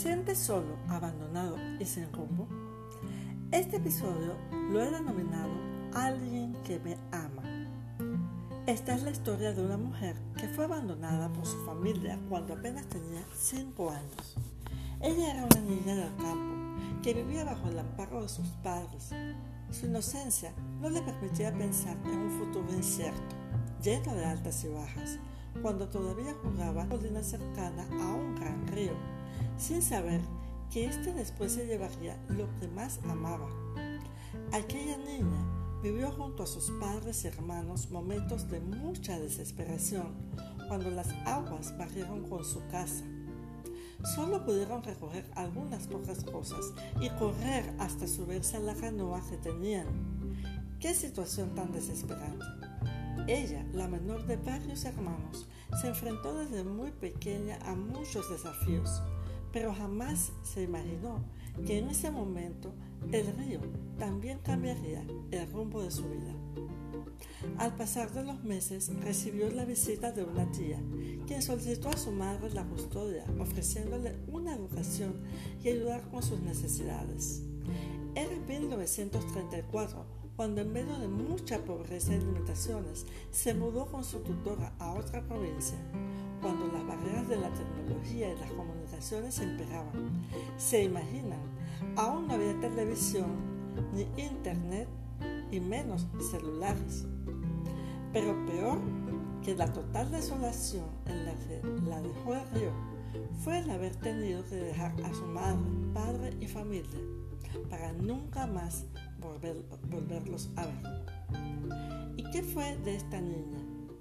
sientes solo, abandonado y sin rumbo? Este episodio lo he denominado Alguien que me ama. Esta es la historia de una mujer que fue abandonada por su familia cuando apenas tenía 5 años. Ella era una niña del campo que vivía bajo el amparo de sus padres. Su inocencia no le permitía pensar en un futuro incierto, lleno de altas y bajas, cuando todavía jugaba en una colina cercana a un gran río, sin saber que éste después se llevaría lo que más amaba. Aquella niña vivió junto a sus padres y hermanos momentos de mucha desesperación cuando las aguas barrieron con su casa. Solo pudieron recoger algunas pocas cosas y correr hasta subirse a la canoa que tenían. ¡Qué situación tan desesperante! Ella, la menor de varios hermanos, se enfrentó desde muy pequeña a muchos desafíos, pero jamás se imaginó que en ese momento el río también cambiaría el rumbo de su vida. Al pasar de los meses, recibió la visita de una tía, quien solicitó a su madre la custodia, ofreciéndole una educación y ayudar con sus necesidades. Era 1934, cuando en medio de mucha pobreza y limitaciones, se mudó con su tutora a otra provincia, cuando las barreras de la tecnología y las comunicaciones imperaban. ¿Se imaginan? Aún no había televisión, ni internet, y menos celulares. Pero peor que la total desolación en la que la dejó el río fue el haber tenido que dejar a su madre, padre y familia para nunca más volverlos a ver. ¿Y qué fue de esta niña?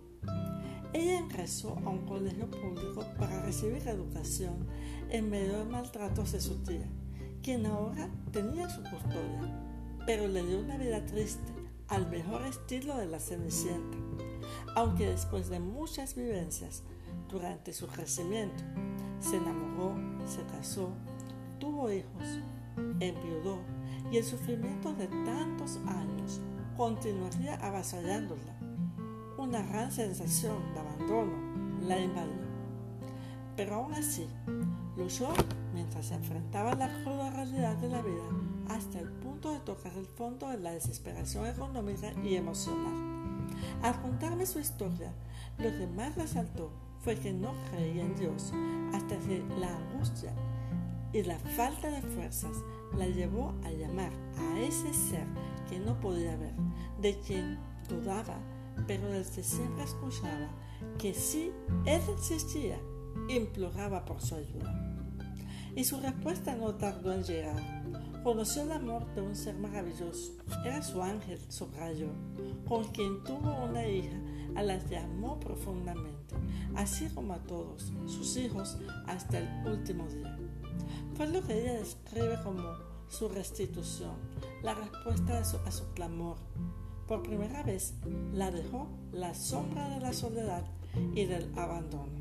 Ella ingresó a un colegio público para recibir educación en medio de maltratos de su tía, quien ahora tenía su custodia, pero le dio una vida triste, al mejor estilo de la Cenicienta, aunque después de muchas vivencias durante su crecimiento, se enamoró, se casó, tuvo hijos, enviudó, y el sufrimiento de tantos años continuaría avasallándola. Una gran sensación de abandono la invadió. Pero aún así, luchó mientras se enfrentaba a la cruda realidad de la vida hasta el punto de tocar el fondo de la desesperación económica y emocional. Al contarme su historia, lo que más resaltó fue que no creía en Dios hasta que la angustia y la falta de fuerzas la llevó a llamar a ese ser que no podía ver, de quien dudaba, pero del que siempre escuchaba que si Él existía, imploraba por su ayuda. Y su respuesta no tardó en llegar. Conoció el amor de un ser maravilloso. Era su ángel, subrayó, con quien tuvo una hija a la que amó profundamente, así como a todos sus hijos hasta el último día. Fue lo que ella describe como su restitución, la respuesta a su clamor. Por primera vez la dejó la sombra de la soledad y del abandono.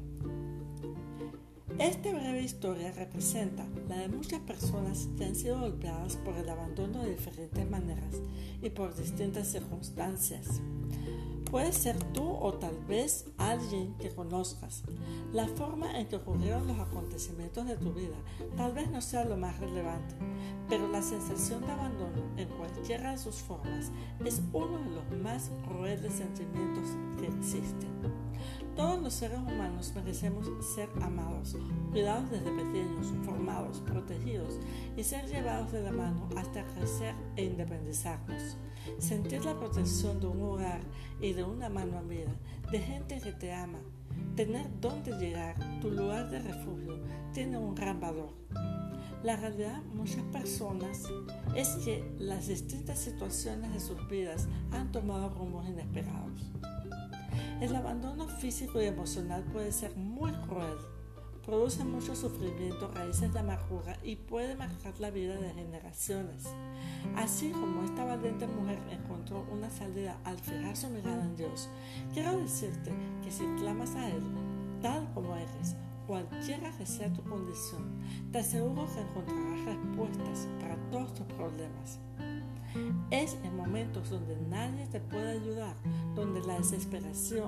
Esta breve historia representa la de muchas personas que han sido golpeadas por el abandono de diferentes maneras y por distintas circunstancias. Puede ser tú o tal vez alguien que conozcas. La forma en que ocurrieron los acontecimientos de tu vida tal vez no sea lo más relevante, pero la sensación de abandono en cualquiera de sus formas es uno de los más crueles sentimientos que existen. Todos los seres humanos merecemos ser amados, cuidados desde pequeños, formados, protegidos y ser llevados de la mano hasta crecer e independizarnos. Sentir la protección de un hogar y de una mano amiga, de gente que te ama, tener dónde llegar, tu lugar de refugio, tiene un gran valor. La realidad de muchas personas es que las distintas situaciones de sus vidas han tomado rumbos inesperados. El abandono físico y emocional puede ser muy cruel, produce mucho sufrimiento, raíces de amargura y puede marcar la vida de generaciones. Así como esta valiente mujer encontró una salida al fijar su mirada en Dios, quiero decirte que si clamas a Él, tal como eres, cualquiera que sea tu condición, te aseguro que encontrarás respuestas para todos tus problemas. Es en momentos donde nadie te puede ayudar, donde la desesperación,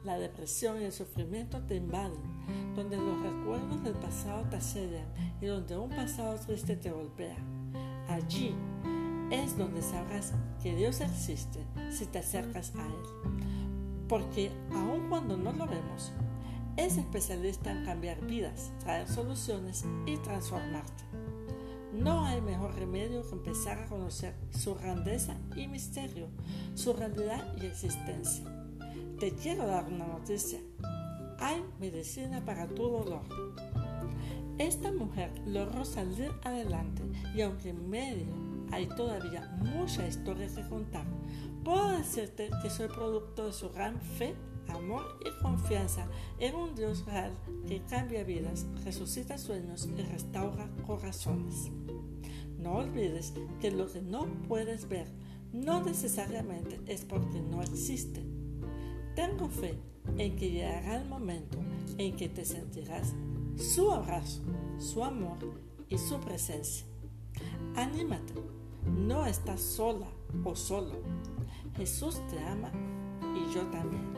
la depresión y el sufrimiento te invaden, donde los recuerdos del pasado te asedian y donde un pasado triste te golpea. Allí es donde sabrás que Dios existe si te acercas a Él. Porque aun cuando no lo vemos, es especialista en cambiar vidas, traer soluciones y transformarte. No hay mejor remedio que empezar a conocer su grandeza y misterio, su realidad y existencia. Te quiero dar una noticia. Hay medicina para tu dolor. Esta mujer logró salir adelante y aunque en medio hay todavía mucha historia que contar, puedo decirte que soy producto de su gran fe, amor y confianza en un Dios real que cambia vidas, resucita sueños y restaura corazones. No olvides que lo que no puedes ver no necesariamente es porque no existe. Tengo fe en que llegará el momento en que te sentirás su abrazo, su amor y su presencia. Anímate, no estás sola o solo. Jesús te ama y yo también.